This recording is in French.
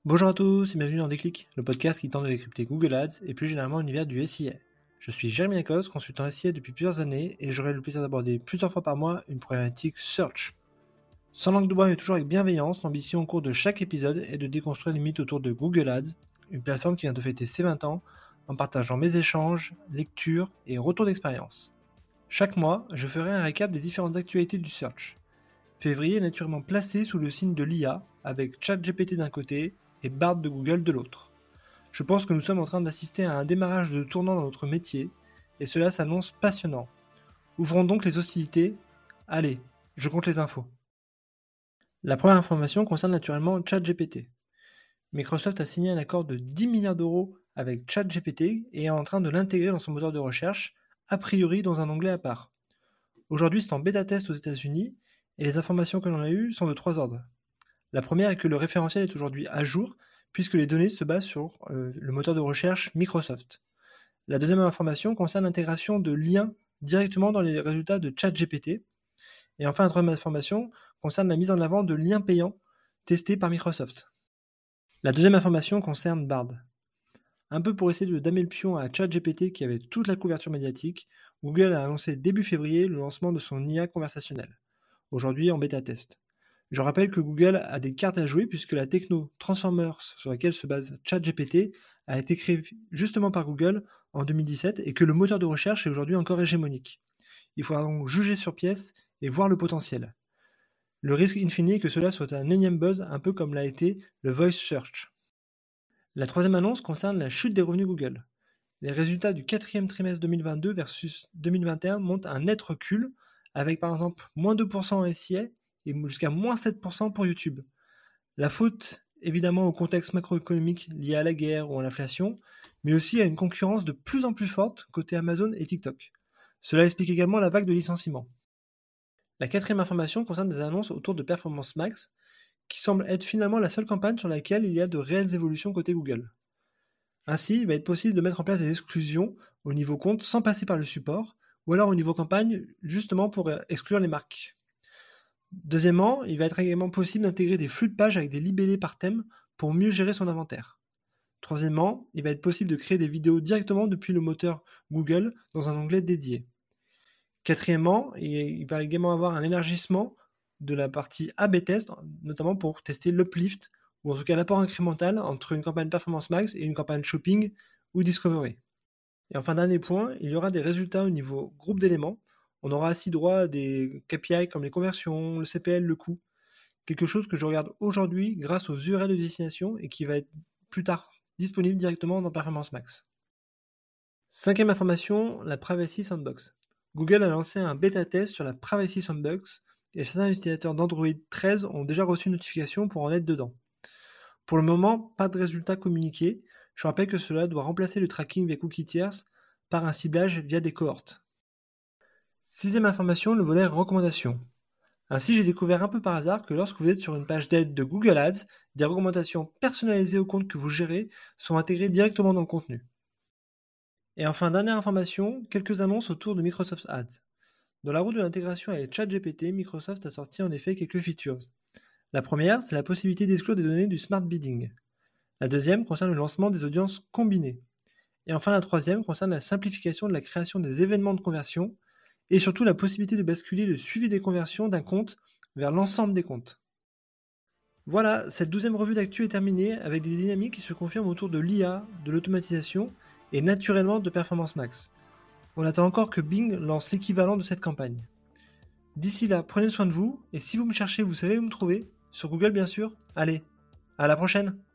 Bonjour à tous et bienvenue dans Déclic, le podcast qui tente de décrypter Google Ads et plus généralement l'univers du SIA. Je suis Jérémy Lacoste, consultant SIA depuis plusieurs années et j'aurai le plaisir d'aborder plusieurs fois par mois une problématique search. Sans langue de bois mais toujours avec bienveillance, l'ambition au cours de chaque épisode est de déconstruire les mythes autour de Google Ads, une plateforme qui vient de fêter ses 20 ans en partageant mes échanges, lectures et retours d'expérience. Chaque mois, je ferai un récap des différentes actualités du search. Février est naturellement placé sous le signe de l'IA, avec ChatGPT d'un côté et Bard de Google de l'autre. Je pense que nous sommes en train d'assister à un démarrage de tournant dans notre métier, et cela s'annonce passionnant. Ouvrons donc les hostilités. Allez, je compte les infos. La première information concerne naturellement ChatGPT. Microsoft a signé un accord de 10 milliards d'euros avec ChatGPT et est en train de l'intégrer dans son moteur de recherche, a priori dans un onglet à part. Aujourd'hui, c'est en bêta-test aux États-Unis, et les informations que l'on a eues sont de 3 ordres. La première est que le référentiel est aujourd'hui à jour, puisque les données se basent sur le moteur de recherche Microsoft. La deuxième information concerne l'intégration de liens directement dans les résultats de ChatGPT. Et enfin, la troisième information concerne la mise en avant de liens payants testés par Microsoft. La deuxième information concerne Bard. Un peu pour essayer de damer le pion à ChatGPT qui avait toute la couverture médiatique, Google a annoncé début février le lancement de son IA conversationnelle, aujourd'hui en bêta-test. Je rappelle que Google a des cartes à jouer puisque la techno Transformers sur laquelle se base ChatGPT a été créée justement par Google en 2017 et que le moteur de recherche est aujourd'hui encore hégémonique. Il faudra donc juger sur pièce et voir le potentiel. Le risque in fine est que cela soit un énième buzz un peu comme l'a été le Voice Search. La troisième annonce concerne la chute des revenus Google. Les résultats du quatrième trimestre 2022 versus 2021 montrent un net recul avec par exemple moins 2% en SIA et jusqu'à moins 7% pour YouTube. La faute, évidemment, au contexte macroéconomique lié à la guerre ou à l'inflation, mais aussi à une concurrence de plus en plus forte côté Amazon et TikTok. Cela explique également la vague de licenciements. La quatrième information concerne des annonces autour de Performance Max, qui semble être finalement la seule campagne sur laquelle il y a de réelles évolutions côté Google. Ainsi, il va être possible de mettre en place des exclusions au niveau compte sans passer par le support, ou alors au niveau campagne, justement pour exclure les marques. Deuxièmement, il va être également possible d'intégrer des flux de pages avec des libellés par thème pour mieux gérer son inventaire. Troisièmement, il va être possible de créer des vidéos directement depuis le moteur Google dans un onglet dédié. Quatrièmement, il va également avoir un élargissement de la partie A/B test, notamment pour tester l'uplift, ou en tout cas l'apport incrémental entre une campagne Performance Max et une campagne Shopping ou Discovery. Et enfin, dernier point, il y aura des résultats au niveau groupe d'éléments. On aura ainsi droit à des KPI comme les conversions, le CPL, le coût. Quelque chose que je regarde aujourd'hui grâce aux URL de destination et qui va être plus tard disponible directement dans Performance Max. Cinquième information, la Privacy Sandbox. Google a lancé un bêta-test sur la Privacy Sandbox et certains utilisateurs d'Android 13 ont déjà reçu une notification pour en être dedans. Pour le moment, pas de résultats communiqués. Je rappelle que cela doit remplacer le tracking via cookies tierces par un ciblage via des cohortes. Sixième information, le volet recommandations. Ainsi, j'ai découvert un peu par hasard que lorsque vous êtes sur une page d'aide de Google Ads, des recommandations personnalisées au compte que vous gérez sont intégrées directement dans le contenu. Et enfin, dernière information, quelques annonces autour de Microsoft Ads. Dans la route de l'intégration avec ChatGPT, Microsoft a sorti en effet quelques features. La première, c'est la possibilité d'exclure des données du smart bidding. La deuxième concerne le lancement des audiences combinées. Et enfin, la troisième concerne la simplification de la création des événements de conversion et surtout la possibilité de basculer le suivi des conversions d'un compte vers l'ensemble des comptes. Voilà, cette 12e revue d'actu est terminée avec des dynamiques qui se confirment autour de l'IA, de l'automatisation et naturellement de Performance Max. On attend encore que Bing lance l'équivalent de cette campagne. D'ici là, prenez soin de vous et si vous me cherchez, vous savez où me trouver, sur Google bien sûr. Allez, à la prochaine!